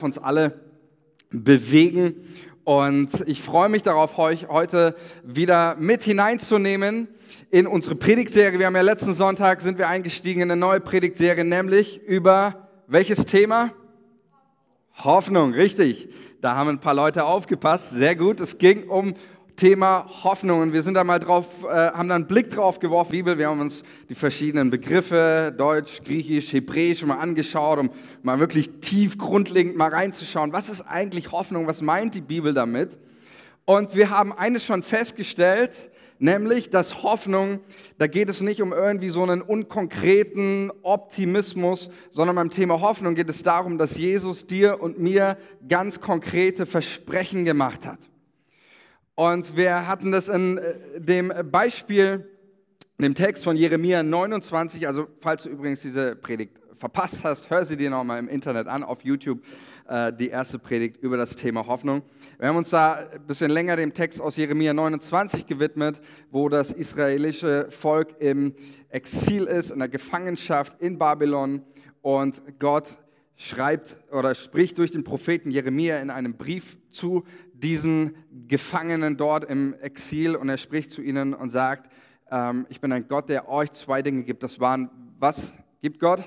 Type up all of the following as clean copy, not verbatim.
uns alle bewegen. Und ich freue mich darauf, euch heute wieder mit hineinzunehmen in unsere Predigtserie. Wir haben ja letzten Sonntag sind wir eingestiegen in eine neue Predigtserie, nämlich über welches Thema? Hoffnung, richtig. Da haben ein paar Leute aufgepasst. Sehr gut. Es ging um Thema Hoffnung und wir sind da mal drauf, haben da einen Blick drauf geworfen, Bibel. Wir haben uns die verschiedenen Begriffe, Deutsch, Griechisch, Hebräisch mal angeschaut, um mal wirklich tief grundlegend mal reinzuschauen. Was ist eigentlich Hoffnung? Was meint die Bibel damit? Und wir haben eines schon festgestellt, nämlich, dass Hoffnung, da geht es nicht um irgendwie so einen unkonkreten Optimismus, sondern beim Thema Hoffnung geht es darum, dass Jesus dir und mir ganz konkrete Versprechen gemacht hat. Und wir hatten das in dem Beispiel, in dem Text von Jeremia 29, also falls du übrigens diese Predigt verpasst hast, hör sie dir nochmal im Internet an, auf YouTube, die erste Predigt über das Thema Hoffnung. Wir haben uns da ein bisschen länger dem Text aus Jeremia 29 gewidmet, wo das israelische Volk im Exil ist, in der Gefangenschaft in Babylon und Gott schreibt oder spricht durch den Propheten Jeremia in einem Brief zu diesen Gefangenen dort im Exil und er spricht zu ihnen und sagt, ich bin ein Gott, der euch zwei Dinge gibt. Das waren, was gibt Gott?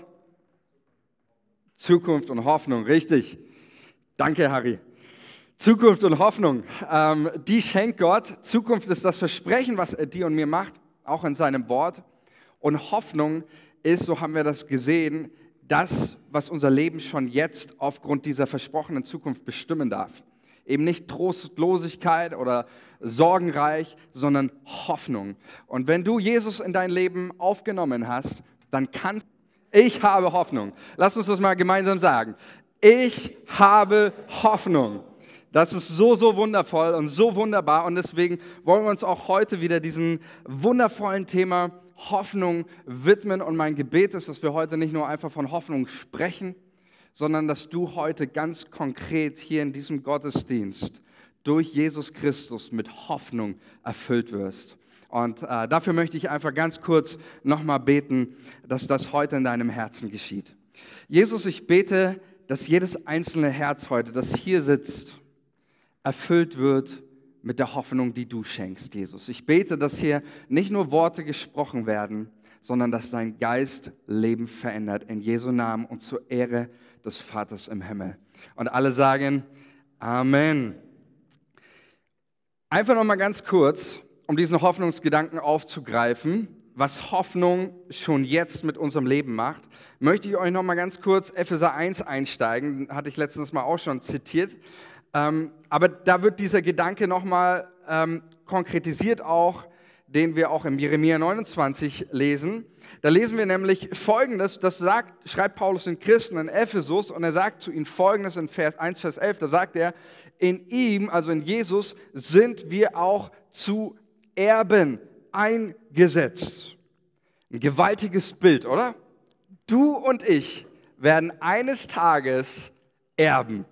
Zukunft und Hoffnung, richtig. Danke, Harry. Zukunft und Hoffnung, die schenkt Gott. Zukunft ist das Versprechen, was er dir und mir macht, auch in seinem Wort. Und Hoffnung ist, so haben wir das gesehen, das, was unser Leben schon jetzt aufgrund dieser versprochenen Zukunft bestimmen darf. Eben nicht Trostlosigkeit oder sorgenreich, sondern Hoffnung. Und wenn du Jesus in dein Leben aufgenommen hast, dann kannst du, ich habe Hoffnung. Lass uns das mal gemeinsam sagen. Ich habe Hoffnung. Das ist so, so wundervoll und so wunderbar. Und deswegen wollen wir uns auch heute wieder diesem wundervollen Thema Hoffnung widmen. Und mein Gebet ist, dass wir heute nicht nur einfach von Hoffnung sprechen, sondern dass du heute ganz konkret hier in diesem Gottesdienst durch Jesus Christus mit Hoffnung erfüllt wirst. Und dafür möchte ich einfach ganz kurz nochmal beten, dass das heute in deinem Herzen geschieht. Jesus, ich bete, dass jedes einzelne Herz heute, das hier sitzt, erfüllt wird mit der Hoffnung, die du schenkst, Jesus. Ich bete, dass hier nicht nur Worte gesprochen werden, sondern dass dein Geist Leben verändert. In Jesu Namen und zur Ehre des Vaters im Himmel. Und alle sagen Amen. Einfach noch mal ganz kurz, um diesen Hoffnungsgedanken aufzugreifen, was Hoffnung schon jetzt mit unserem Leben macht, möchte ich euch noch mal ganz kurz Epheser 1 einsteigen. Den hatte ich letztes Mal auch schon zitiert. Aber da wird dieser Gedanke noch mal konkretisiert auch, den wir auch im Jeremia 29 lesen. Da lesen wir nämlich Folgendes, schreibt Paulus den Christen in Ephesus und er sagt zu ihnen Folgendes in Vers 1, Vers 11, da sagt er, in ihm, also in Jesus, sind wir auch zu Erben eingesetzt. Ein gewaltiges Bild, oder? Du und ich werden eines Tages erben.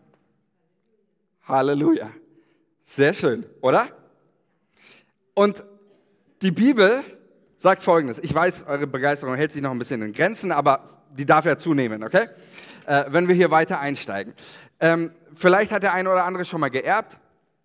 Halleluja. Sehr schön, oder? Und die Bibel sagt Folgendes. Ich weiß, eure Begeisterung hält sich noch ein bisschen in Grenzen, aber die darf ja zunehmen, okay? Wenn wir hier weiter einsteigen. Vielleicht hat der eine oder andere schon mal geerbt.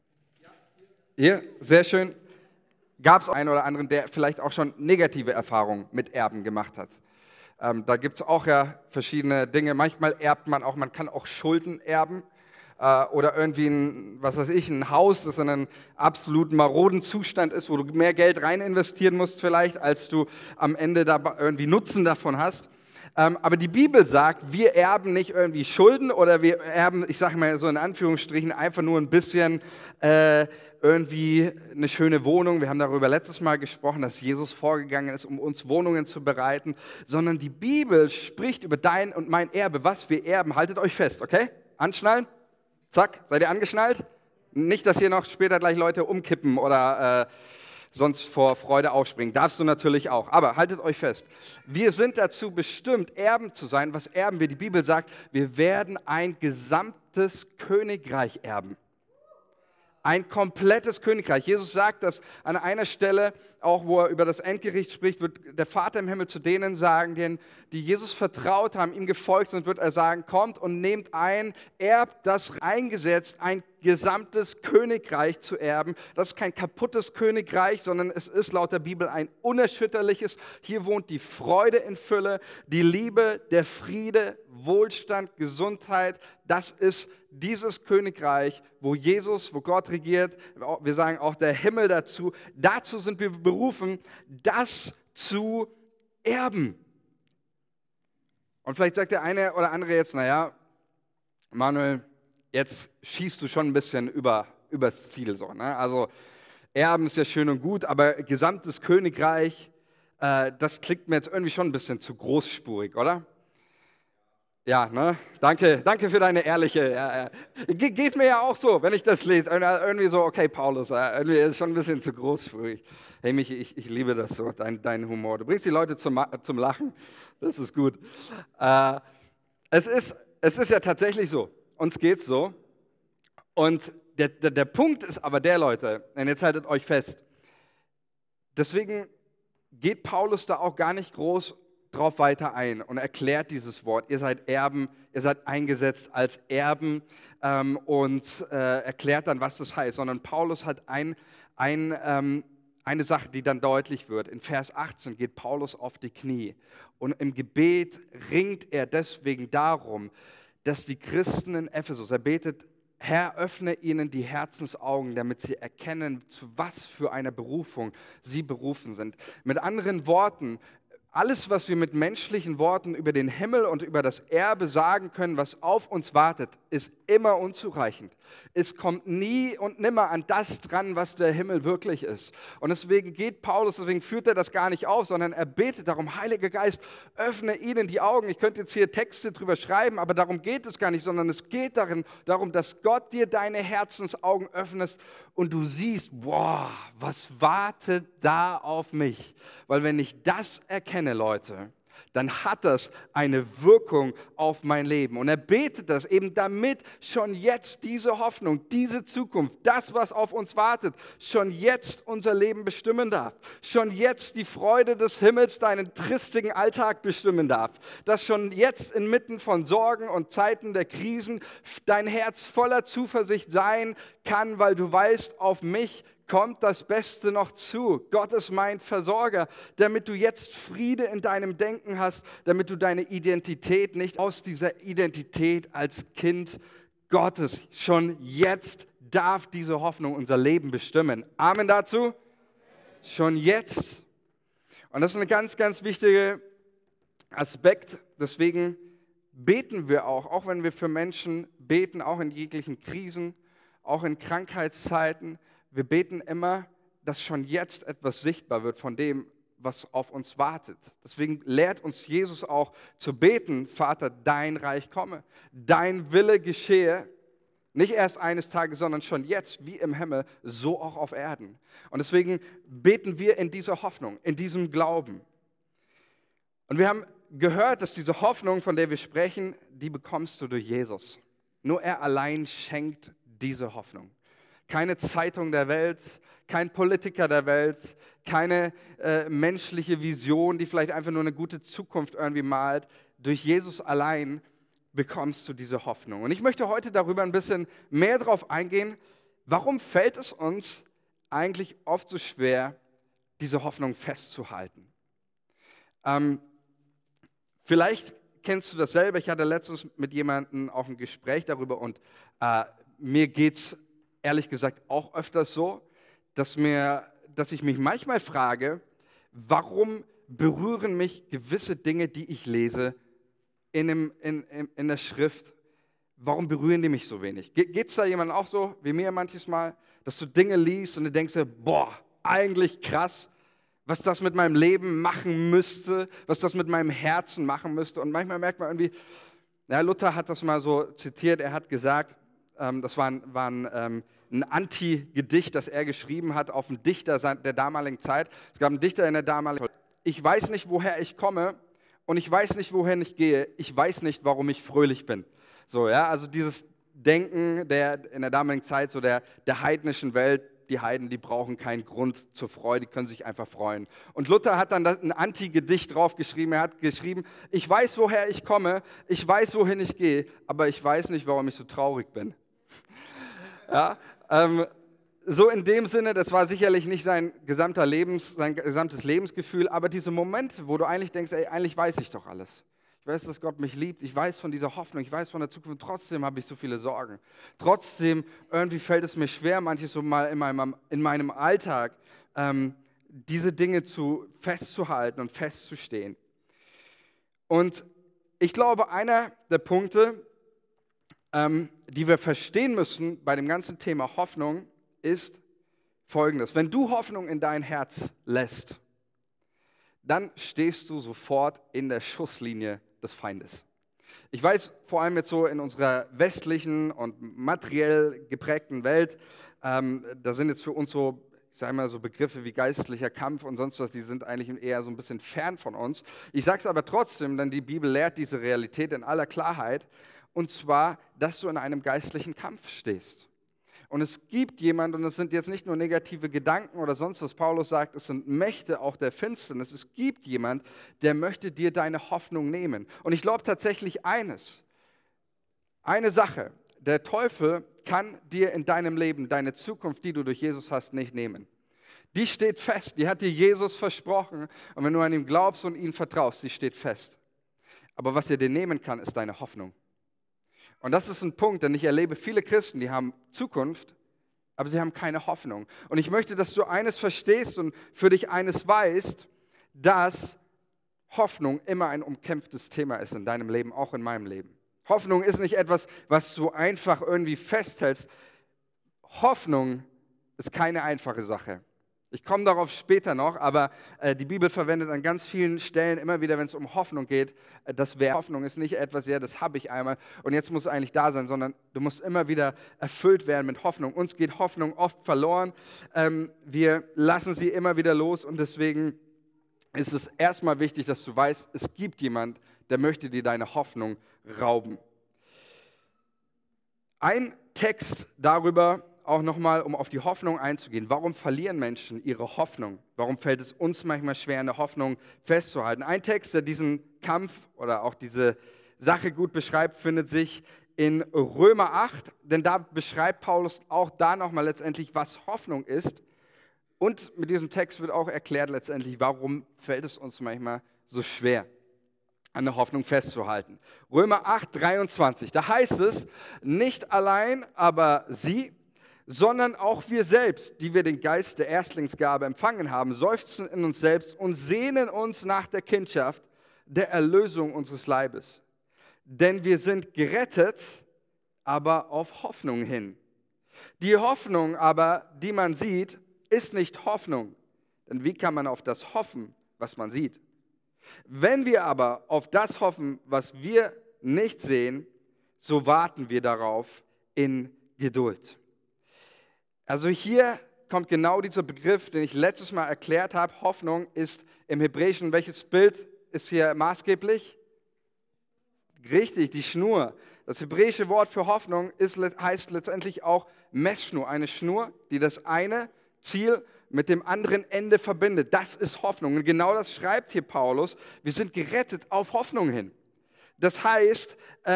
Hier, sehr schön. Gab es einen oder anderen, der vielleicht auch schon negative Erfahrungen mit Erben gemacht hat. Da gibt es auch ja verschiedene Dinge. Manchmal erbt man auch, man kann auch Schulden erben. Oder irgendwie ein Haus, das in einem absolut maroden Zustand ist, wo du mehr Geld rein investieren musst vielleicht, als du am Ende da irgendwie Nutzen davon hast. Aber die Bibel sagt, wir erben nicht irgendwie Schulden oder wir erben, ich sage mal so in Anführungsstrichen, einfach nur ein bisschen irgendwie eine schöne Wohnung. Wir haben darüber letztes Mal gesprochen, dass Jesus vorgegangen ist, um uns Wohnungen zu bereiten, sondern die Bibel spricht über dein und mein Erbe, was wir erben. Haltet euch fest, okay? Anschnallen. Zack, seid ihr angeschnallt? Nicht, dass hier noch später gleich Leute umkippen oder sonst vor Freude aufspringen. Darfst du natürlich auch. Aber haltet euch fest. Wir sind dazu bestimmt, Erben zu sein. Was erben wir? Die Bibel sagt, wir werden ein gesamtes Königreich erben. Ein komplettes Königreich. Jesus sagt das an einer Stelle, auch wo er über das Endgericht spricht, wird der Vater im Himmel zu denen sagen, die Jesus vertraut haben, ihm gefolgt sind, wird er sagen, kommt und nehmt ein, erbt das eingesetzt, ein gesamtes Königreich zu erben. Das ist kein kaputtes Königreich, sondern es ist laut der Bibel ein unerschütterliches. Hier wohnt die Freude in Fülle, die Liebe, der Friede, Wohlstand, Gesundheit. Das ist dieses Königreich, wo Jesus, wo Gott regiert. Wir sagen auch der Himmel dazu. Dazu sind wir berufen, das zu erben. Und vielleicht sagt der eine oder andere jetzt, naja, Manuel, jetzt schießt du schon ein bisschen übers Ziel. So, ne? Also Erben ist ja schön und gut, aber gesamtes Königreich, das klingt mir jetzt irgendwie schon ein bisschen zu großspurig, oder? Ja, ne? Danke für deine ehrliche. Geht mir ja auch so, wenn ich das lese. Irgendwie so, okay, Paulus, irgendwie ist schon ein bisschen zu großspurig. Hey Michi, ich liebe das so, dein Humor. Du bringst die Leute zum Lachen. Das ist gut. Es ist ja tatsächlich so. Uns geht's so. Und der Punkt ist aber der, Leute, und jetzt haltet euch fest. Deswegen geht Paulus da auch gar nicht groß drauf weiter ein und erklärt dieses Wort. Ihr seid Erben, ihr seid eingesetzt als Erben und erklärt dann, was das heißt. Sondern Paulus hat eine Sache, die dann deutlich wird. In Vers 18 geht Paulus auf die Knie und im Gebet ringt er deswegen darum, dass die Christen in Ephesus, er betet, Herr, öffne ihnen die Herzensaugen, damit sie erkennen, zu was für einer Berufung sie berufen sind. Mit anderen Worten, alles, was wir mit menschlichen Worten über den Himmel und über das Erbe sagen können, was auf uns wartet, ist immer unzureichend. Es kommt nie und nimmer an das dran, was der Himmel wirklich ist. Und deswegen geht Paulus, deswegen führt er das gar nicht auf, sondern er betet darum, Heiliger Geist, öffne ihnen die Augen. Ich könnte jetzt hier Texte drüber schreiben, aber darum geht es gar nicht, sondern es geht darum, dass Gott dir deine Herzensaugen öffnet und du siehst, boah, was wartet da auf mich? Weil wenn ich das erkenne, Leute, dann hat das eine Wirkung auf mein Leben. Und er betet das eben, damit schon jetzt diese Hoffnung, diese Zukunft, das, was auf uns wartet, schon jetzt unser Leben bestimmen darf. Schon jetzt die Freude des Himmels deinen tristigen Alltag bestimmen darf. Dass schon jetzt inmitten von Sorgen und Zeiten der Krisen dein Herz voller Zuversicht sein kann, weil du weißt, auf mich kommt das Beste noch zu. Gott ist mein Versorger, damit du jetzt Friede in deinem Denken hast, damit du deine Identität nicht aus dieser Identität als Kind Gottes, schon jetzt darf diese Hoffnung unser Leben bestimmen. Amen dazu? Schon jetzt. Und das ist ein ganz, ganz wichtiger Aspekt. Deswegen beten wir auch wenn wir für Menschen beten, auch in jeglichen Krisen, auch in Krankheitszeiten. Wir beten immer, dass schon jetzt etwas sichtbar wird von dem, was auf uns wartet. Deswegen lehrt uns Jesus auch zu beten, Vater, dein Reich komme, dein Wille geschehe, nicht erst eines Tages, sondern schon jetzt, wie im Himmel, so auch auf Erden. Und deswegen beten wir in dieser Hoffnung, in diesem Glauben. Und wir haben gehört, dass diese Hoffnung, von der wir sprechen, die bekommst du durch Jesus. Nur er allein schenkt diese Hoffnung. Keine Zeitung der Welt, kein Politiker der Welt, keine menschliche Vision, die vielleicht einfach nur eine gute Zukunft irgendwie malt. Durch Jesus allein bekommst du diese Hoffnung. Und ich möchte heute darüber ein bisschen mehr drauf eingehen, warum fällt es uns eigentlich oft so schwer, diese Hoffnung festzuhalten. Vielleicht kennst du das selber. Ich hatte letztens mit jemandem auch ein Gespräch darüber und mir geht es ehrlich gesagt auch öfters so, dass ich mich manchmal frage, warum berühren mich gewisse Dinge, die ich lese in der Schrift, warum berühren die mich so wenig? Geht es da jemandem auch so, wie mir manches Mal, dass du Dinge liest und du denkst dir, boah, eigentlich krass, was das mit meinem Leben machen müsste, was das mit meinem Herzen machen müsste. Und manchmal merkt man irgendwie, Luther hat das mal so zitiert, er hat gesagt, das war ein Anti-Gedicht, das er geschrieben hat auf einen Dichter der damaligen Zeit. Es gab einen Dichter in der damaligen Zeit. Ich weiß nicht, woher ich komme und ich weiß nicht, wohin ich gehe. Ich weiß nicht, warum ich fröhlich bin. So, ja, also Denken in der damaligen Zeit, so der heidnischen Welt. Die Heiden, die brauchen keinen Grund zur Freude, die können sich einfach freuen. Und Luther hat dann ein Antigedicht draufgeschrieben. Er hat geschrieben, ich weiß, woher ich komme, ich weiß, wohin ich gehe, aber ich weiß nicht, warum ich so traurig bin. Ja, so in dem Sinne, das war sicherlich nicht sein gesamtes Lebensgefühl, aber diese Momente, wo du eigentlich denkst, ey, eigentlich weiß ich doch alles. Ich weiß, dass Gott mich liebt, ich weiß von dieser Hoffnung, ich weiß von der Zukunft, trotzdem habe ich so viele Sorgen. Trotzdem, irgendwie fällt es mir schwer, manches so mal in meinem Alltag, diese Dinge festzuhalten und festzustehen. Und ich glaube, einer der Punkte, die wir verstehen müssen bei dem ganzen Thema Hoffnung, ist Folgendes. Wenn du Hoffnung in dein Herz lässt, dann stehst du sofort in der Schusslinie des Feindes. Ich weiß, vor allem jetzt so in unserer westlichen und materiell geprägten Welt, da sind jetzt für uns so, ich sage mal, so Begriffe wie geistlicher Kampf und sonst was, die sind eigentlich eher so ein bisschen fern von uns. Ich sage es aber trotzdem, denn die Bibel lehrt diese Realität in aller Klarheit, und zwar, dass du in einem geistlichen Kampf stehst. Und es gibt jemanden, und es sind jetzt nicht nur negative Gedanken oder sonst was, Paulus sagt, es sind Mächte auch der Finsternis. Es gibt jemand, der möchte dir deine Hoffnung nehmen. Und ich glaube tatsächlich eine Sache, der Teufel kann dir in deinem Leben deine Zukunft, die du durch Jesus hast, nicht nehmen. Die steht fest, die hat dir Jesus versprochen. Und wenn du an ihn glaubst und ihm vertraust, die steht fest. Aber was er dir nehmen kann, ist deine Hoffnung. Und das ist ein Punkt, denn ich erlebe viele Christen, die haben Zukunft, aber sie haben keine Hoffnung. Und ich möchte, dass du eines verstehst und für dich eines weißt, dass Hoffnung immer ein umkämpftes Thema ist in deinem Leben, auch in meinem Leben. Hoffnung ist nicht etwas, was du einfach irgendwie festhältst. Hoffnung ist keine einfache Sache. Ich komme darauf später noch, aber die Bibel verwendet an ganz vielen Stellen immer wieder, wenn es um Hoffnung geht, Hoffnung ist nicht etwas, ja, das habe ich einmal und jetzt muss es eigentlich da sein, sondern du musst immer wieder erfüllt werden mit Hoffnung. Uns geht Hoffnung oft verloren, wir lassen sie immer wieder los und deswegen ist es erstmal wichtig, dass du weißt, es gibt jemand, der möchte dir deine Hoffnung rauben. Ein Text darüber, auch nochmal, um auf die Hoffnung einzugehen. Warum verlieren Menschen ihre Hoffnung? Warum fällt es uns manchmal schwer, eine Hoffnung festzuhalten? Ein Text, der diesen Kampf oder auch diese Sache gut beschreibt, findet sich in Römer 8, denn da beschreibt Paulus auch da nochmal letztendlich, was Hoffnung ist. Und mit diesem Text wird auch erklärt letztendlich, warum fällt es uns manchmal so schwer, an der Hoffnung festzuhalten. Römer 8, 23, da heißt es, nicht allein aber sie, sondern auch wir selbst, die wir den Geist der Erstlingsgabe empfangen haben, seufzen in uns selbst und sehnen uns nach der Kindschaft, der Erlösung unseres Leibes. Denn wir sind gerettet, aber auf Hoffnung hin. Die Hoffnung aber, die man sieht, ist nicht Hoffnung. Denn wie kann man auf das hoffen, was man sieht? Wenn wir aber auf das hoffen, was wir nicht sehen, so warten wir darauf in Geduld. Also hier kommt genau dieser Begriff, den ich letztes Mal erklärt habe. Hoffnung ist im Hebräischen, welches Bild ist hier maßgeblich? Richtig, die Schnur. Das hebräische Wort für Hoffnung heißt letztendlich auch Messschnur, eine Schnur, die das eine Ziel mit dem anderen Ende verbindet. Das ist Hoffnung. Und genau das schreibt hier Paulus. Wir sind gerettet auf Hoffnung hin. Das heißt,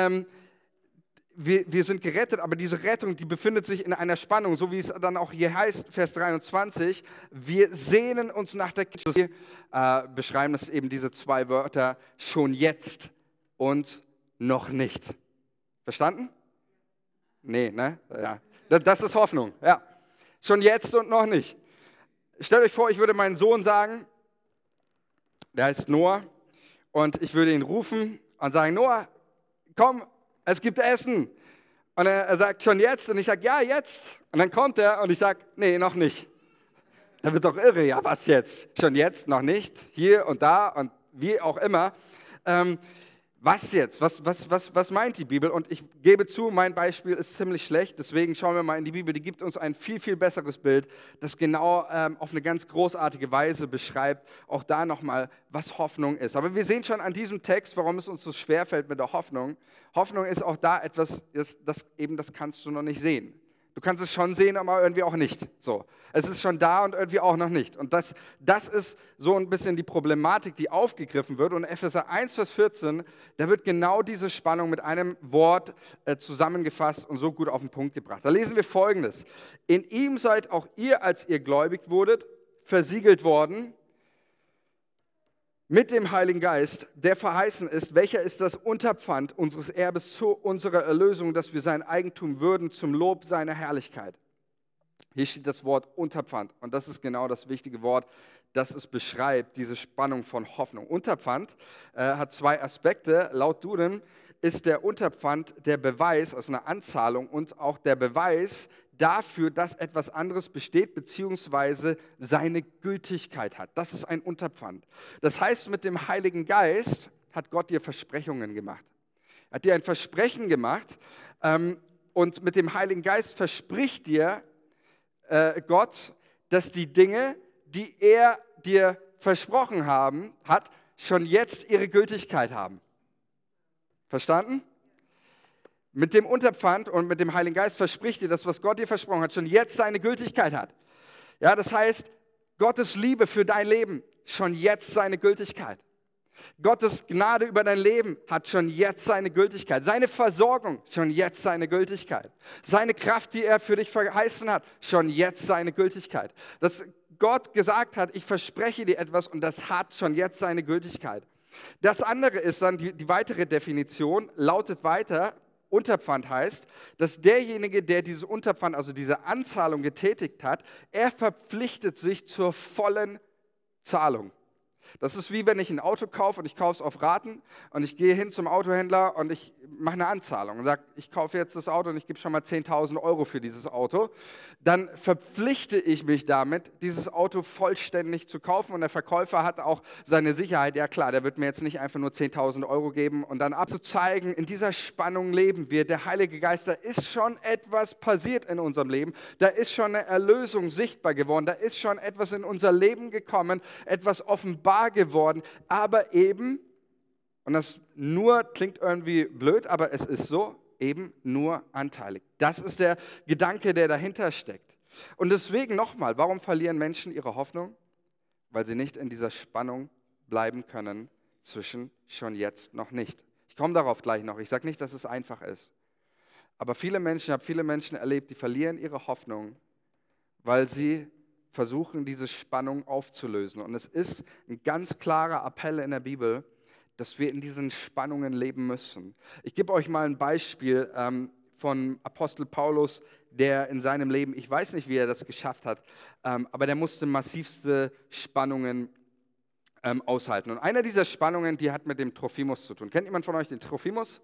wir sind gerettet, aber diese Rettung, die befindet sich in einer Spannung, so wie es dann auch hier heißt, Vers 23, wir sehnen uns nach der Kindschaft. Beschreiben das eben diese zwei Wörter, schon jetzt und noch nicht. Verstanden? Nee, ne? Ja. Das ist Hoffnung, ja. Schon jetzt und noch nicht. Stellt euch vor, ich würde meinen Sohn sagen, der heißt Noah, und ich würde ihn rufen und sagen, Noah, komm, es gibt Essen. Und er sagt, schon jetzt? Und ich sage, ja, jetzt. Und dann kommt er und ich sage, nee, noch nicht. Er wird doch irre, ja, was jetzt? Schon jetzt? Noch nicht? Hier und da und wie auch immer. Was jetzt? Was meint die Bibel? Und ich gebe zu, mein Beispiel ist ziemlich schlecht, deswegen schauen wir mal in die Bibel. Die gibt uns ein viel, viel besseres Bild, das genau auf eine ganz großartige Weise beschreibt, auch da nochmal, was Hoffnung ist. Aber wir sehen schon an diesem Text, warum es uns so schwerfällt mit der Hoffnung. Hoffnung ist auch da etwas, das kannst du noch nicht sehen. Du kannst es schon sehen, aber irgendwie auch nicht. So. Es ist schon da und irgendwie auch noch nicht. Und das ist so ein bisschen die Problematik, die aufgegriffen wird. Und in Epheser 1, Vers 14, da wird genau diese Spannung mit einem Wort zusammengefasst und so gut auf den Punkt gebracht. Da lesen wir Folgendes. In ihm seid auch ihr, als ihr gläubig wurdet, versiegelt worden mit dem Heiligen Geist, der verheißen ist, welcher ist das Unterpfand unseres Erbes zu unserer Erlösung, dass wir sein Eigentum würden zum Lob seiner Herrlichkeit. Hier steht das Wort Unterpfand und das ist genau das wichtige Wort, das es beschreibt, diese Spannung von Hoffnung. Unterpfand hat zwei Aspekte. Laut Duden ist der Unterpfand der Beweis, also eine Anzahlung und auch der Beweis dafür, dass etwas anderes besteht, beziehungsweise seine Gültigkeit hat. Das ist ein Unterpfand. Das heißt, mit dem Heiligen Geist hat Gott dir Versprechungen gemacht. Er hat dir ein Versprechen gemacht und mit dem Heiligen Geist verspricht dir Gott, dass die Dinge, die er dir versprochen hat, schon jetzt ihre Gültigkeit haben. Verstanden? Mit dem Unterpfand und mit dem Heiligen Geist verspricht dir, dass was Gott dir versprochen hat, schon jetzt seine Gültigkeit hat. Ja, das heißt, Gottes Liebe für dein Leben schon jetzt seine Gültigkeit. Gottes Gnade über dein Leben hat schon jetzt seine Gültigkeit. Seine Versorgung schon jetzt seine Gültigkeit. Seine Kraft, die er für dich verheißen hat, schon jetzt seine Gültigkeit. Dass Gott gesagt hat, ich verspreche dir etwas und das hat schon jetzt seine Gültigkeit. Das andere ist dann, die weitere Definition lautet weiter, Unterpfand heißt, dass derjenige, der dieses Unterpfand, also diese Anzahlung getätigt hat, er verpflichtet sich zur vollen Zahlung. Das ist wie wenn ich ein Auto kaufe und ich kaufe es auf Raten und ich gehe hin zum Autohändler und ich mache eine Anzahlung und sage, ich kaufe jetzt das Auto und ich gebe schon mal 10.000 € für dieses Auto. Dann verpflichte ich mich damit, dieses Auto vollständig zu kaufen und der Verkäufer hat auch seine Sicherheit, ja klar, der wird mir jetzt nicht einfach nur 10.000 € geben und dann abzuzeigen, in dieser Spannung leben wir. Der Heilige Geist, da ist schon etwas passiert in unserem Leben, da ist schon eine Erlösung sichtbar geworden, da ist schon etwas in unser Leben gekommen, etwas offenbar geworden, aber eben, und das nur klingt irgendwie blöd, aber es ist so, eben nur anteilig. Das ist der Gedanke, der dahinter steckt. Und deswegen nochmal, warum verlieren Menschen ihre Hoffnung? Weil sie nicht in dieser Spannung bleiben können zwischen schon jetzt noch nicht. Ich komme darauf gleich noch. Ich sage nicht, dass es einfach ist. Aber ich habe viele Menschen erlebt, die verlieren ihre Hoffnung, weil sie versuchen, diese Spannung aufzulösen. Und es ist ein ganz klarer Appell in der Bibel, dass wir in diesen Spannungen leben müssen. Ich gebe euch mal ein Beispiel von Apostel Paulus, der in seinem Leben, ich weiß nicht, wie er das geschafft hat, aber der musste massivste Spannungen aushalten. Und eine dieser Spannungen, die hat mit dem Trophimus zu tun. Kennt jemand von euch den Trophimus?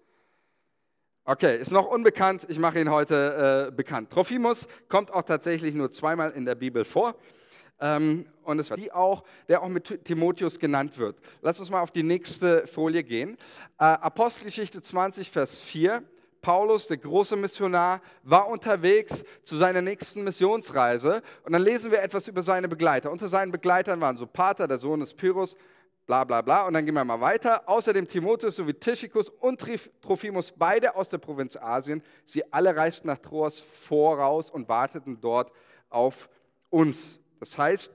Okay, ist noch unbekannt, ich mache ihn heute bekannt. Trophimus kommt auch tatsächlich nur zweimal in der Bibel vor. Und es war der auch mit Timotheus genannt wird. Lass uns mal auf die nächste Folie gehen. Apostelgeschichte 20, Vers 4. Paulus, der große Missionar, war unterwegs zu seiner nächsten Missionsreise. Und dann lesen wir etwas über seine Begleiter. Unter seinen Begleitern waren Sopater, der Sohn des Pyrrhus, bla bla bla. Und dann gehen wir mal weiter. Außerdem Timotheus sowie Tychicus und Trophimus, beide aus der Provinz Asien. Sie alle reisten nach Troas voraus und warteten dort auf uns. Das heißt,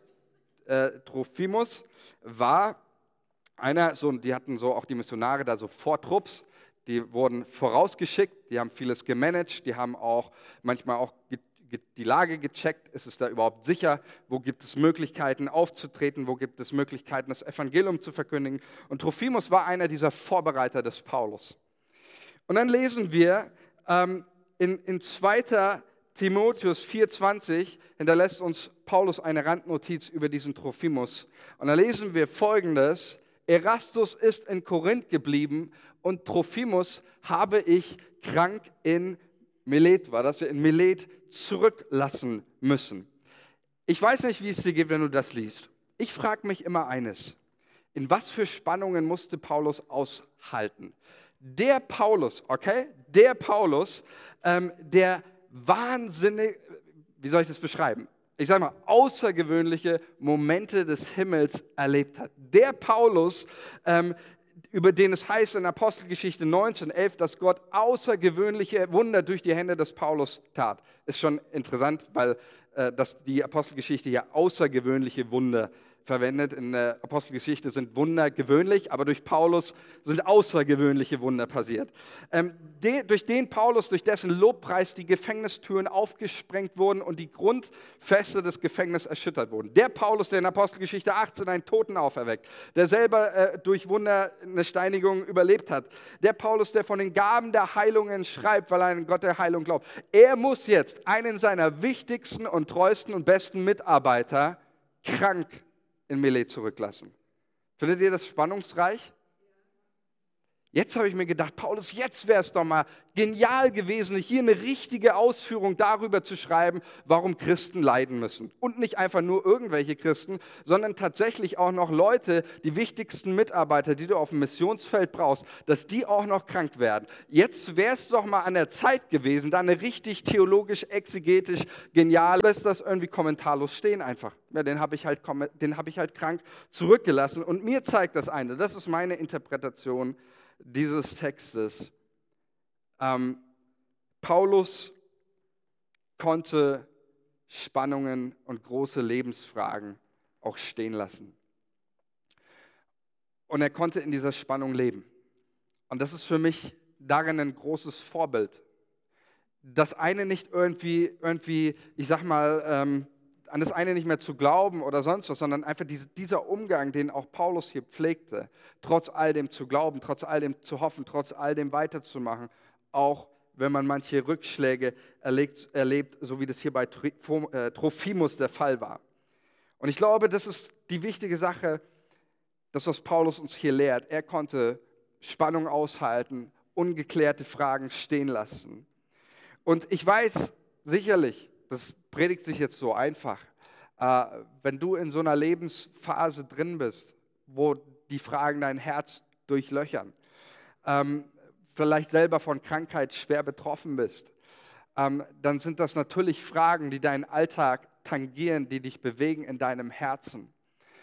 Trophimus war einer, die hatten so auch die Missionare da so Vortrupps, die wurden vorausgeschickt, die haben vieles gemanagt, die haben auch manchmal auch die Lage gecheckt, ist es da überhaupt sicher, wo gibt es Möglichkeiten aufzutreten, wo gibt es Möglichkeiten, das Evangelium zu verkündigen. Und Trophimus war einer dieser Vorbereiter des Paulus. Und dann lesen wir in 2. Timotheus 4,20 hinterlässt uns Paulus eine Randnotiz über diesen Trophimus. Und da lesen wir Folgendes: Erastus ist in Korinth geblieben und Trophimus habe ich krank in Milet, dass wir in Milet zurücklassen müssen. Ich weiß nicht, wie es dir geht, wenn du das liest. Ich frage mich immer eines: In was für Spannungen musste Paulus aushalten? Der Paulus, okay? Der Paulus, der wahnsinnig, wie soll ich das beschreiben? Ich sage mal, außergewöhnliche Momente des Himmels erlebt hat. Der Paulus, über den es heißt in Apostelgeschichte 19,11, dass Gott außergewöhnliche Wunder durch die Hände des Paulus tat. Ist schon interessant, weil dass die Apostelgeschichte hier außergewöhnliche Wunder verwendet. In der Apostelgeschichte sind Wunder gewöhnlich, aber durch Paulus sind außergewöhnliche Wunder passiert. Durch den Paulus, durch dessen Lobpreis die Gefängnistüren aufgesprengt wurden und die Grundfeste des Gefängnisses erschüttert wurden. Der Paulus, der in Apostelgeschichte 18 einen Toten auferweckt, der selber durch Wunder eine Steinigung überlebt hat. Der Paulus, der von den Gaben der Heilungen schreibt, weil er an Gott der Heilung glaubt. Er muss jetzt einen seiner wichtigsten und treuesten und besten Mitarbeiter krank in Milet zurücklassen. Findet ihr das spannungsreich? Jetzt habe ich mir gedacht, Paulus, jetzt wäre es doch mal genial gewesen, hier eine richtige Ausführung darüber zu schreiben, warum Christen leiden müssen. Und nicht einfach nur irgendwelche Christen, sondern tatsächlich auch noch Leute, die wichtigsten Mitarbeiter, die du auf dem Missionsfeld brauchst, dass die auch noch krank werden. Jetzt wäre es doch mal an der Zeit gewesen, da eine richtig theologisch, exegetisch genial, lässt das irgendwie kommentarlos stehen einfach. Ja, den habe ich halt krank zurückgelassen. Und mir zeigt das eine, das ist meine Interpretation dieses Textes. Paulus konnte Spannungen und große Lebensfragen auch stehen lassen. Und er konnte in dieser Spannung leben. Und das ist für mich darin ein großes Vorbild. Das eine nicht irgendwie, ich sag mal, an das eine nicht mehr zu glauben oder sonst was, sondern einfach dieser Umgang, den auch Paulus hier pflegte, trotz all dem zu glauben, trotz all dem zu hoffen, trotz all dem weiterzumachen, auch wenn man manche Rückschläge erlebt, so wie das hier bei Trophimus der Fall war. Und ich glaube, das ist die wichtige Sache, das, was Paulus uns hier lehrt. Er konnte Spannung aushalten, ungeklärte Fragen stehen lassen. Und ich weiß sicherlich, das predigt sich jetzt so einfach, wenn du in so einer Lebensphase drin bist, wo die Fragen dein Herz durchlöchern, vielleicht selber von Krankheit schwer betroffen bist, dann sind das natürlich Fragen, die deinen Alltag tangieren, die dich bewegen in deinem Herzen.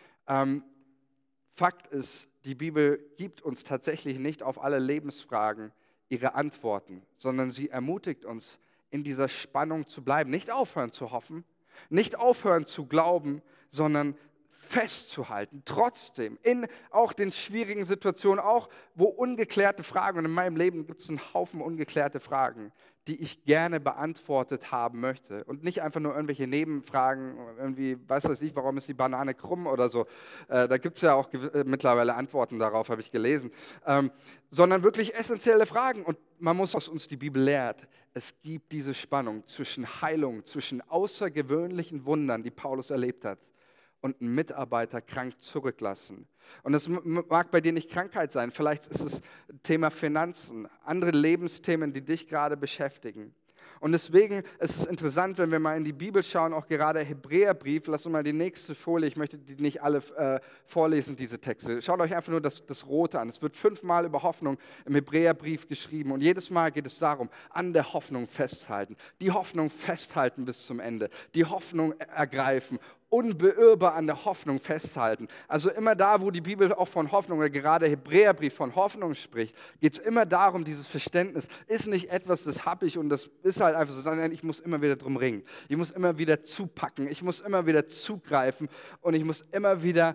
Fakt ist, die Bibel gibt uns tatsächlich nicht auf alle Lebensfragen ihre Antworten, sondern sie ermutigt uns, in dieser Spannung zu bleiben. Nicht aufhören zu hoffen, nicht aufhören zu glauben, sondern festzuhalten. Trotzdem, in auch den schwierigen Situationen, auch wo ungeklärte Fragen, und in meinem Leben gibt es einen Haufen ungeklärte Fragen, die ich gerne beantwortet haben möchte. Und nicht einfach nur irgendwelche Nebenfragen, irgendwie, weiß das nicht, warum ist die Banane krumm oder so. Da gibt es ja auch mittlerweile Antworten darauf, habe ich gelesen. Sondern wirklich essentielle Fragen. Und man muss, was uns die Bibel lehrt, es gibt diese Spannung zwischen Heilung, zwischen außergewöhnlichen Wundern, die Paulus erlebt hat, und einen Mitarbeiter krank zurücklassen. Und das mag bei dir nicht Krankheit sein, vielleicht ist es Thema Finanzen, andere Lebensthemen, die dich gerade beschäftigen. Und deswegen ist es interessant, wenn wir mal in die Bibel schauen, auch gerade Hebräerbrief, lass uns mal die nächste Folie, ich möchte die nicht alle vorlesen, diese Texte. Schaut euch einfach nur das Rote an. Es wird 5-mal über Hoffnung im Hebräerbrief geschrieben und jedes Mal geht es darum, an der Hoffnung festhalten, die Hoffnung festhalten bis zum Ende, die Hoffnung ergreifen, unbeirrbar an der Hoffnung festhalten. Also immer da, wo die Bibel auch von Hoffnung oder gerade Hebräerbrief von Hoffnung spricht, geht es immer darum, dieses Verständnis ist nicht etwas, das habe ich und das ist halt einfach so, sondern ich muss immer wieder drum ringen. Ich muss immer wieder zupacken, ich muss immer wieder zugreifen und ich muss immer wieder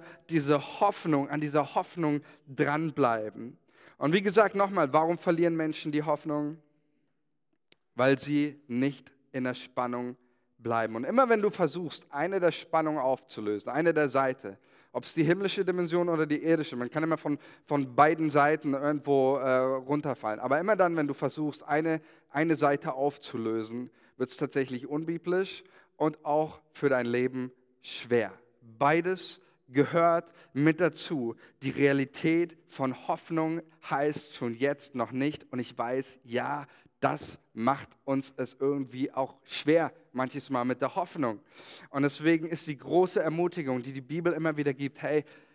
an dieser Hoffnung dranbleiben. Und wie gesagt, nochmal, warum verlieren Menschen die Hoffnung? Weil sie nicht in der Spannung bleiben. Und immer wenn du versuchst, eine der Spannungen aufzulösen, eine der Seiten, ob es die himmlische Dimension oder die irdische, man kann immer von beiden Seiten irgendwo runterfallen, aber immer dann, wenn du versuchst, eine Seite aufzulösen, wird es tatsächlich unbiblisch und auch für dein Leben schwer. Beides gehört mit dazu. Die Realität von Hoffnung heißt schon jetzt noch nicht und ich weiß, ja, das macht uns es irgendwie auch schwer, manches Mal mit der Hoffnung. Und deswegen ist die große Ermutigung, die die Bibel immer wieder gibt, hey,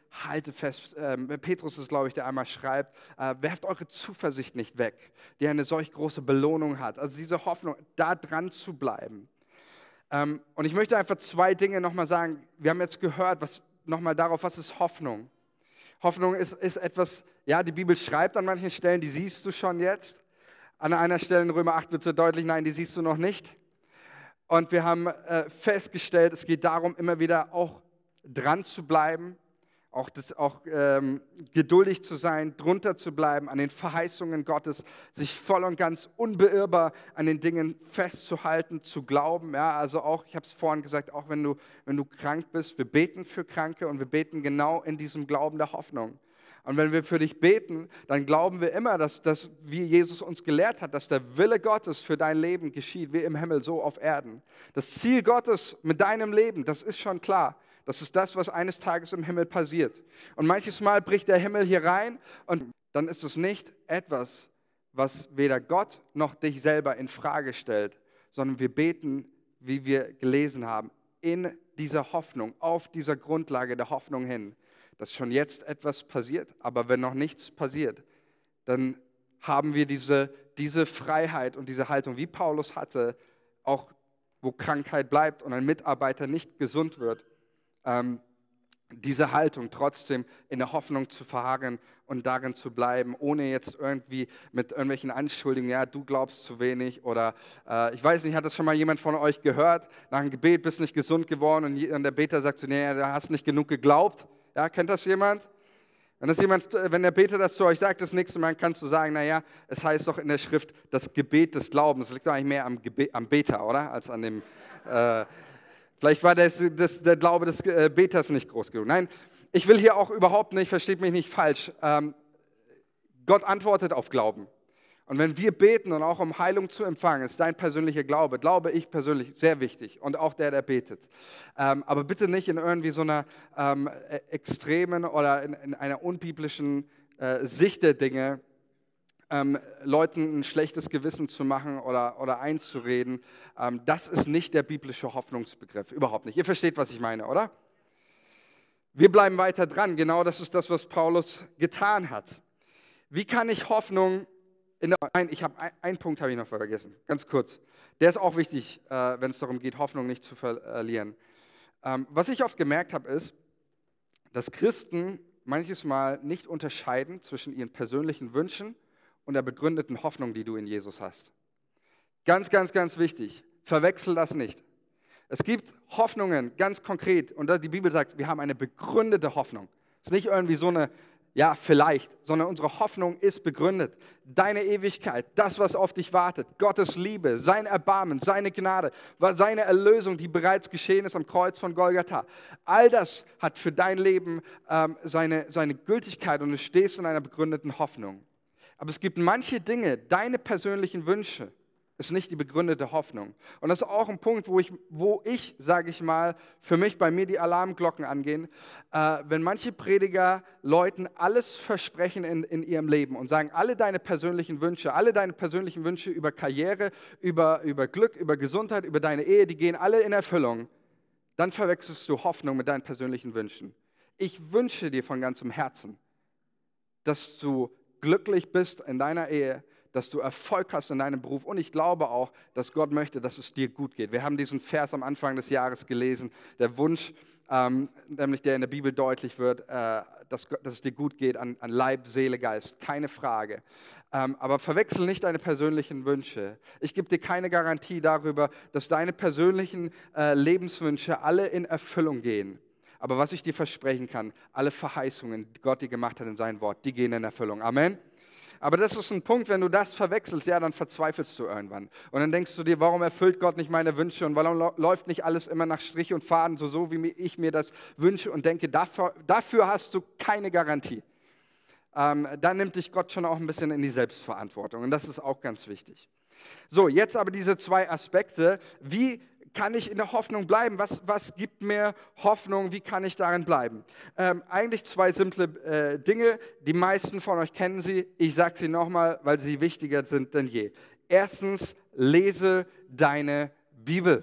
halte fest. Petrus ist, glaube ich, der einmal schreibt, werft eure Zuversicht nicht weg, die eine solch große Belohnung hat. Also diese Hoffnung, da dran zu bleiben. Und ich möchte einfach zwei Dinge nochmal sagen. Wir haben jetzt gehört, nochmal darauf, was ist Hoffnung? Hoffnung ist etwas, ja, die Bibel schreibt an manchen Stellen, die siehst du schon jetzt. An einer Stelle in Römer 8 wird so deutlich, nein, die siehst du noch nicht. Und wir haben festgestellt, es geht darum, immer wieder auch dran zu bleiben, auch geduldig zu sein, drunter zu bleiben, an den Verheißungen Gottes, sich voll und ganz unbeirrbar an den Dingen festzuhalten, zu glauben. Ja, also auch, ich habe es vorhin gesagt, auch wenn du krank bist, wir beten für Kranke und wir beten genau in diesem Glauben der Hoffnung. Und wenn wir für dich beten, dann glauben wir immer, dass wie Jesus uns gelehrt hat, dass der Wille Gottes für dein Leben geschieht, wie im Himmel, so auf Erden. Das Ziel Gottes mit deinem Leben, das ist schon klar. Das ist das, was eines Tages im Himmel passiert. Und manches Mal bricht der Himmel hier rein und dann ist es nicht etwas, was weder Gott noch dich selber in Frage stellt, sondern wir beten, wie wir gelesen haben, in dieser Hoffnung, auf dieser Grundlage der Hoffnung hin, dass schon jetzt etwas passiert, aber wenn noch nichts passiert, dann haben wir diese Freiheit und diese Haltung, wie Paulus hatte, auch wo Krankheit bleibt und ein Mitarbeiter nicht gesund wird, diese Haltung trotzdem in der Hoffnung zu verharren und darin zu bleiben, ohne jetzt irgendwie mit irgendwelchen Anschuldigungen, ja, du glaubst zu wenig oder ich weiß nicht, hat das schon mal jemand von euch gehört, nach einem Gebet bist nicht gesund geworden und der Beter sagt so, nee, du hast nicht genug geglaubt. Ja, kennt das jemand? Wenn der Beter das zu euch sagt, das nächste Mal kannst du sagen, naja, es heißt doch in der Schrift, das Gebet des Glaubens. Das liegt doch eigentlich mehr am Beter, oder? Als an dem, vielleicht war der Glaube des Beters nicht groß genug. Nein, ich will hier auch überhaupt nicht, versteht mich nicht falsch, Gott antwortet auf Glauben. Und wenn wir beten und auch um Heilung zu empfangen, ist dein persönlicher Glaube, glaube ich persönlich, sehr wichtig. Und auch der betet. Aber bitte nicht in irgendwie so einer extremen oder in einer unbiblischen Sicht der Dinge, Leuten ein schlechtes Gewissen zu machen oder einzureden. Das ist nicht der biblische Hoffnungsbegriff, überhaupt nicht. Ihr versteht, was ich meine, oder? Wir bleiben weiter dran. Genau das ist das, was Paulus getan hat. Wie kann ich Hoffnung... Einen Punkt habe ich noch vergessen, ganz kurz. Der ist auch wichtig, wenn es darum geht, Hoffnung nicht zu verlieren. Was ich oft gemerkt habe, ist, dass Christen manches Mal nicht unterscheiden zwischen ihren persönlichen Wünschen und der begründeten Hoffnung, die du in Jesus hast. Ganz, ganz, ganz wichtig. Verwechsel das nicht. Es gibt Hoffnungen, ganz konkret, und die Bibel sagt, wir haben eine begründete Hoffnung. Es ist nicht irgendwie so eine ja, vielleicht, sondern unsere Hoffnung ist begründet. Deine Ewigkeit, das, was auf dich wartet, Gottes Liebe, sein Erbarmen, seine Gnade, seine Erlösung, die bereits geschehen ist am Kreuz von Golgatha. All das hat für dein Leben seine Gültigkeit und du stehst in einer begründeten Hoffnung. Aber es gibt manche Dinge, deine persönlichen Wünsche, ist nicht die begründete Hoffnung. Und das ist auch ein Punkt, wo ich, sage ich mal, für mich, bei mir die Alarmglocken angehen, wenn manche Prediger Leuten alles versprechen in ihrem Leben und sagen, alle deine persönlichen Wünsche über Karriere, über Glück, über Gesundheit, über deine Ehe, die gehen alle in Erfüllung, dann verwechselst du Hoffnung mit deinen persönlichen Wünschen. Ich wünsche dir von ganzem Herzen, dass du glücklich bist in deiner Ehe, dass du Erfolg hast in deinem Beruf und ich glaube auch, dass Gott möchte, dass es dir gut geht. Wir haben diesen Vers am Anfang des Jahres gelesen, der Wunsch, nämlich der in der Bibel deutlich wird, dass es dir gut geht an Leib, Seele, Geist, keine Frage. Aber verwechsel nicht deine persönlichen Wünsche. Ich gebe dir keine Garantie darüber, dass deine persönlichen Lebenswünsche alle in Erfüllung gehen. Aber was ich dir versprechen kann, alle Verheißungen, die Gott dir gemacht hat in sein Wort, die gehen in Erfüllung. Amen. Aber das ist ein Punkt, wenn du das verwechselst, ja, dann verzweifelst du irgendwann. Und dann denkst du dir, warum erfüllt Gott nicht meine Wünsche und warum läuft nicht alles immer nach Strich und Faden, so wie ich mir das wünsche und denke, dafür hast du keine Garantie. Dann nimmt dich Gott schon auch ein bisschen in die Selbstverantwortung und das ist auch ganz wichtig. So, jetzt aber diese zwei Aspekte, wie kann ich in der Hoffnung bleiben? Was gibt mir Hoffnung? Wie kann ich darin bleiben? Eigentlich zwei simple Dinge. Die meisten von euch kennen sie. Ich sage sie nochmal, weil sie wichtiger sind denn je. Erstens, lese deine Bibel.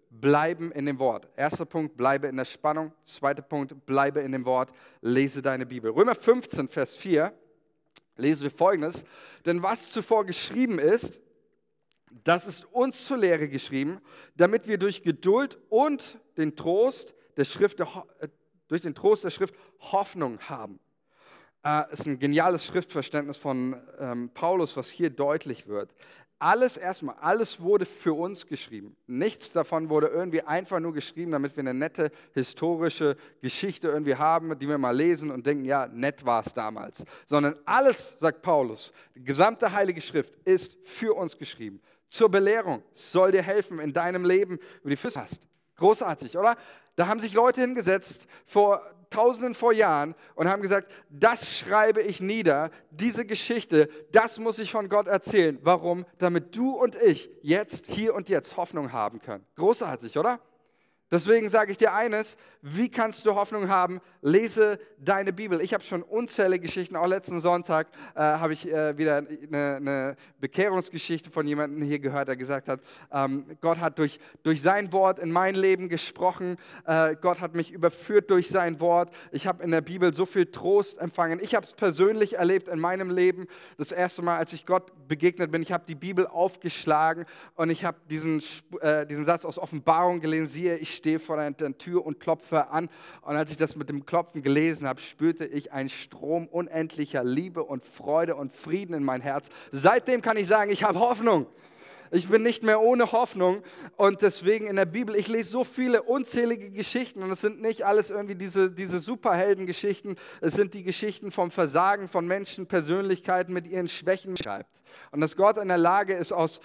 bleiben in dem Wort. Erster Punkt, bleibe in der Spannung. Zweiter Punkt, bleibe in dem Wort, lese deine Bibel. Römer 15, Vers 4 lesen wir Folgendes. Denn was zuvor geschrieben ist, das ist uns zur Lehre geschrieben, damit wir durch Geduld und den Trost der Schrift, durch den Trost der Schrift Hoffnung haben. Ist ein geniales Schriftverständnis von Paulus, was hier deutlich wird. Alles wurde für uns geschrieben. Nichts davon wurde irgendwie einfach nur geschrieben, damit wir eine nette historische Geschichte irgendwie haben, die wir mal lesen und denken, ja, nett war es damals. Sondern alles, sagt Paulus, die gesamte Heilige Schrift ist für uns geschrieben. Zur Belehrung, soll dir helfen in deinem Leben, wie du Füße hast. Großartig, oder? Da haben sich Leute hingesetzt vor Tausenden vor Jahren und haben gesagt, das schreibe ich nieder, diese Geschichte, das muss ich von Gott erzählen. Warum? Damit du und ich jetzt, hier und jetzt Hoffnung haben können. Großartig, oder? Deswegen sage ich dir eines, wie kannst du Hoffnung haben? Lese deine Bibel. Ich habe schon unzählige Geschichten, auch letzten Sonntag habe ich wieder eine Bekehrungsgeschichte von jemandem hier gehört, der gesagt hat, Gott hat durch sein Wort in mein Leben gesprochen, Gott hat mich überführt durch sein Wort, ich habe in der Bibel so viel Trost empfangen. Ich habe es persönlich erlebt in meinem Leben, das erste Mal, als ich Gott begegnet bin, ich habe die Bibel aufgeschlagen und ich habe diesen Satz aus Offenbarung gelesen, siehe, ich stehe vor der Tür und klopfe an. Und als ich das mit dem Klopfen gelesen habe, spürte ich einen Strom unendlicher Liebe und Freude und Frieden in mein Herz. Seitdem kann ich sagen, ich habe Hoffnung. Ich bin nicht mehr ohne Hoffnung und deswegen in der Bibel, ich lese so viele unzählige Geschichten und es sind nicht alles irgendwie diese Superheldengeschichten, es sind die Geschichten vom Versagen von Menschen, Persönlichkeiten mit ihren Schwächen schreibt. Und dass Gott in der Lage ist, aus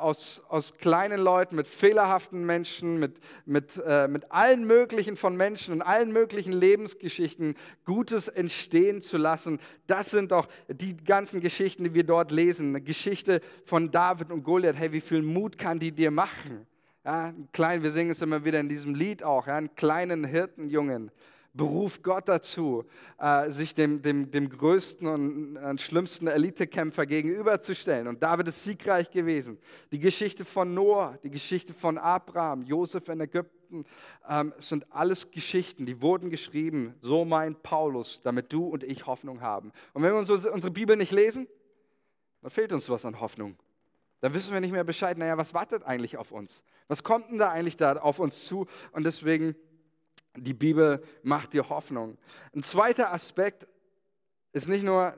kleinen Leuten, mit fehlerhaften Menschen, mit allen möglichen von Menschen und allen möglichen Lebensgeschichten Gutes entstehen zu lassen. Das sind doch die ganzen Geschichten, die wir dort lesen. Eine Geschichte von David und Goliath. Hey, wie viel Mut kann die dir machen? Ja, wir singen es immer wieder in diesem Lied auch, ja, einen kleinen Hirtenjungen. Beruft Gott dazu, sich dem größten und schlimmsten Elitekämpfer gegenüberzustellen. Und David ist siegreich gewesen. Die Geschichte von Noah, die Geschichte von Abraham, Josef in Ägypten, es sind alles Geschichten, die wurden geschrieben, so meint Paulus, damit du und ich Hoffnung haben. Und wenn wir unsere Bibel nicht lesen, dann fehlt uns was an Hoffnung. Dann wissen wir nicht mehr Bescheid, naja, was wartet eigentlich auf uns? Was kommt denn da eigentlich da auf uns zu? Und deswegen die Bibel macht dir Hoffnung. Ein anderer Aspekt ist nicht nur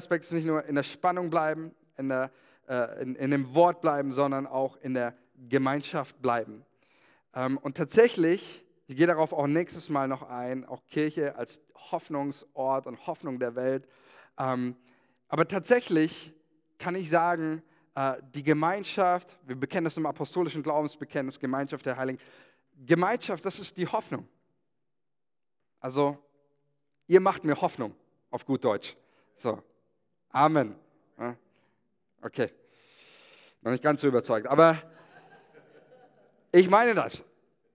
in der Spannung bleiben, in dem Wort bleiben, sondern auch in der Gemeinschaft bleiben. Und tatsächlich, ich gehe darauf auch nächstes Mal noch ein, auch Kirche als Hoffnungsort und Hoffnung der Welt. Aber tatsächlich kann ich sagen, die Gemeinschaft, wir bekennen es im apostolischen Glaubensbekenntnis, Gemeinschaft der Heiligen, Gemeinschaft, das ist die Hoffnung. Also, ihr macht mir Hoffnung, auf gut Deutsch. So, Amen. Okay, noch nicht ganz so überzeugt, aber ich meine das.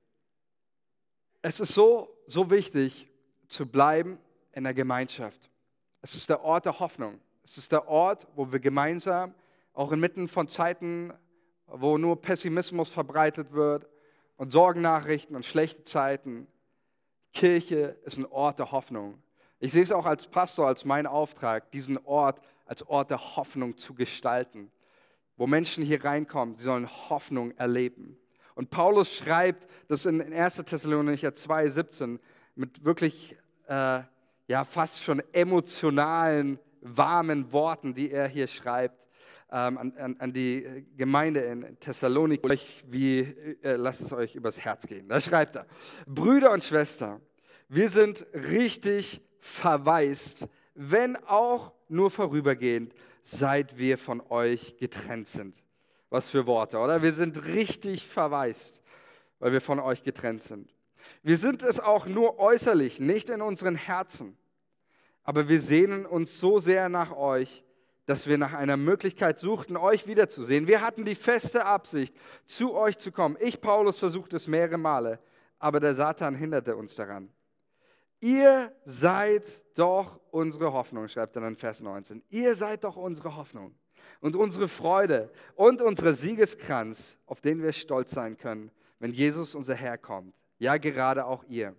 Es ist so wichtig, zu bleiben in der Gemeinschaft. Es ist der Ort der Hoffnung. Es ist der Ort, wo wir gemeinsam, auch inmitten von Zeiten, wo nur Pessimismus verbreitet wird und Sorgennachrichten und schlechte Zeiten, Kirche ist ein Ort der Hoffnung. Ich sehe es auch als Pastor, als mein Auftrag, diesen Ort als Ort der Hoffnung zu gestalten. Wo Menschen hier reinkommen, sie sollen Hoffnung erleben. Und Paulus schreibt das in 1. Thessalonicher 2,17 mit wirklich fast schon emotionalen, warmen Worten, die er hier schreibt an die Gemeinde in Thessaloniki. Lasst es euch übers Herz gehen. Da schreibt er: Brüder und Schwestern, wir sind richtig verwaist, wenn auch nur vorübergehend, seit wir von euch getrennt sind. Was für Worte, oder? Wir sind richtig verwaist, weil wir von euch getrennt sind. Wir sind es auch nur äußerlich, nicht in unseren Herzen. Aber wir sehnen uns so sehr nach euch, dass wir nach einer Möglichkeit suchten, euch wiederzusehen. Wir hatten die feste Absicht, zu euch zu kommen. Ich, Paulus, versuchte es mehrere Male, aber der Satan hinderte uns daran. Ihr seid doch unsere Hoffnung, schreibt er dann in Vers 19. Ihr seid doch unsere Hoffnung und unsere Freude und unser Siegeskranz, auf den wir stolz sein können, wenn Jesus, unser Herr, kommt. Ja, gerade auch ihr.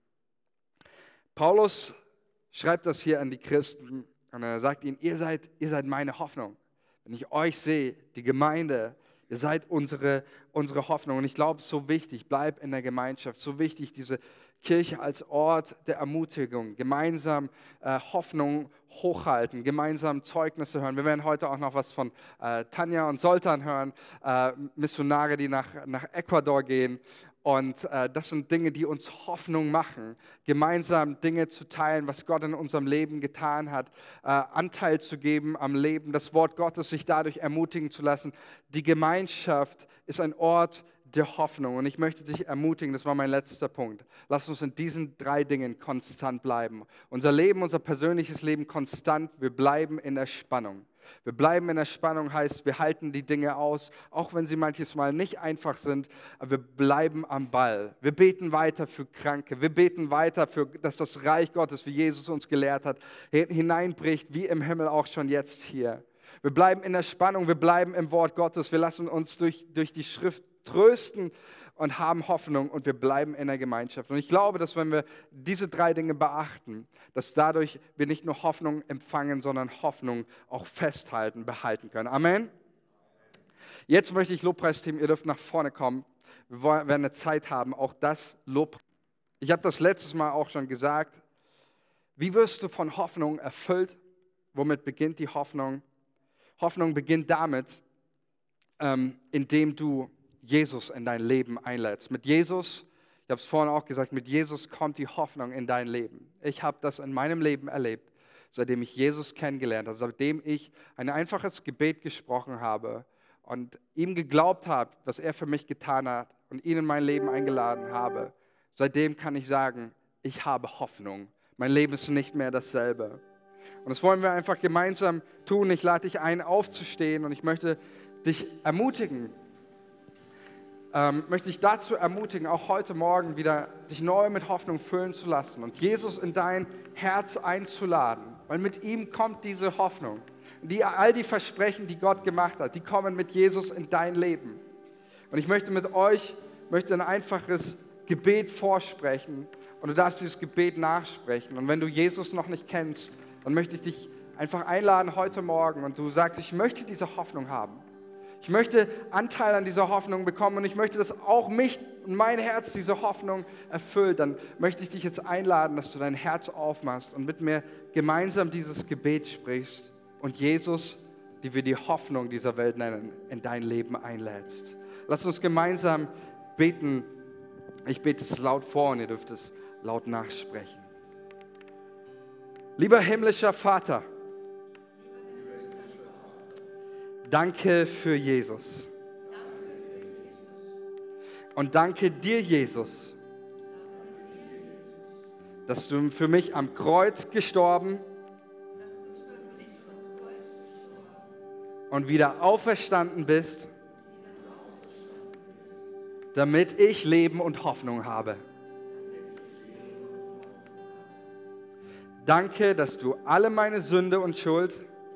Paulus schreibt das hier an die Christen und er sagt ihnen, ihr seid meine Hoffnung. Wenn ich euch sehe, die Gemeinde, ihr seid unsere Hoffnung. Und ich glaube, es ist so wichtig, bleib in der Gemeinschaft, so wichtig, diese Kirche als Ort der Ermutigung, gemeinsam Hoffnung hochhalten, gemeinsam Zeugnisse hören. Wir werden heute auch noch was von Tanja und Soltan hören, Missionare, die nach Ecuador gehen. Und das sind Dinge, die uns Hoffnung machen, gemeinsam Dinge zu teilen, was Gott in unserem Leben getan hat, Anteil zu geben am Leben, das Wort Gottes sich dadurch ermutigen zu lassen. Die Gemeinschaft ist ein Ort der Hoffnung und ich möchte dich ermutigen, das war mein letzter Punkt. Lass uns in diesen 3 Dingen konstant bleiben. Unser Leben, unser persönliches Leben konstant, wir bleiben in der Spannung. Wir bleiben in der Spannung heißt, wir halten die Dinge aus, auch wenn sie manches Mal nicht einfach sind, aber wir bleiben am Ball. Wir beten weiter für Kranke, wir beten weiter, dass das Reich Gottes, wie Jesus uns gelehrt hat, hineinbricht, wie im Himmel auch schon jetzt hier. Wir bleiben in der Spannung, wir bleiben im Wort Gottes, wir lassen uns durch die Schrift trösten und haben Hoffnung und wir bleiben in der Gemeinschaft. Und ich glaube, dass wenn wir diese 3 Dinge beachten, dass dadurch wir nicht nur Hoffnung empfangen, sondern Hoffnung auch festhalten, behalten können. Amen. Jetzt möchte ich Lobpreisteam, ihr dürft nach vorne kommen. Wir werden eine Zeit haben, auch das Lob. Ich habe das letztes Mal auch schon gesagt. Wie wirst du von Hoffnung erfüllt? Womit beginnt die Hoffnung? Hoffnung beginnt damit, indem du Jesus in dein Leben einlädst. Mit Jesus, ich habe es vorhin auch gesagt, mit Jesus kommt die Hoffnung in dein Leben. Ich habe das in meinem Leben erlebt, seitdem ich Jesus kennengelernt habe, seitdem ich ein einfaches Gebet gesprochen habe und ihm geglaubt habe, was er für mich getan hat und ihn in mein Leben eingeladen habe. Seitdem kann ich sagen, ich habe Hoffnung. Mein Leben ist nicht mehr dasselbe. Und das wollen wir einfach gemeinsam tun. Ich lade dich ein, aufzustehen und ich möchte dich ermutigen, möchte ich dazu ermutigen, auch heute Morgen wieder dich neu mit Hoffnung füllen zu lassen und Jesus in dein Herz einzuladen, weil mit ihm kommt diese Hoffnung. All die Versprechen, die Gott gemacht hat, die kommen mit Jesus in dein Leben. Und ich möchte mit euch ein einfaches Gebet vorsprechen und du darfst dieses Gebet nachsprechen. Und wenn du Jesus noch nicht kennst, dann möchte ich dich einfach einladen heute Morgen und du sagst, ich möchte diese Hoffnung haben. Ich möchte Anteil an dieser Hoffnung bekommen und ich möchte, dass auch mich und mein Herz diese Hoffnung erfüllt. Dann möchte ich dich jetzt einladen, dass du dein Herz aufmachst und mit mir gemeinsam dieses Gebet sprichst und Jesus, die wir die Hoffnung dieser Welt nennen, in dein Leben einlädst. Lass uns gemeinsam beten. Ich bete es laut vor und ihr dürft es laut nachsprechen. Lieber himmlischer Vater, danke für Jesus. Und danke dir, Jesus, dass du für mich am Kreuz gestorben und wieder auferstanden bist, damit ich Leben und Hoffnung habe. Danke, dass du alle meine Sünde und Schuld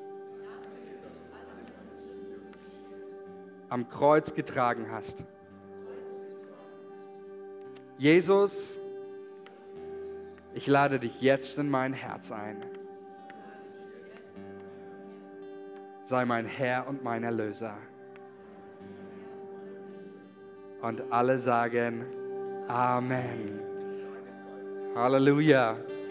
am Kreuz getragen hast. Jesus, ich lade dich jetzt in mein Herz ein. Sei mein Herr und mein Erlöser. Und alle sagen Amen. Halleluja.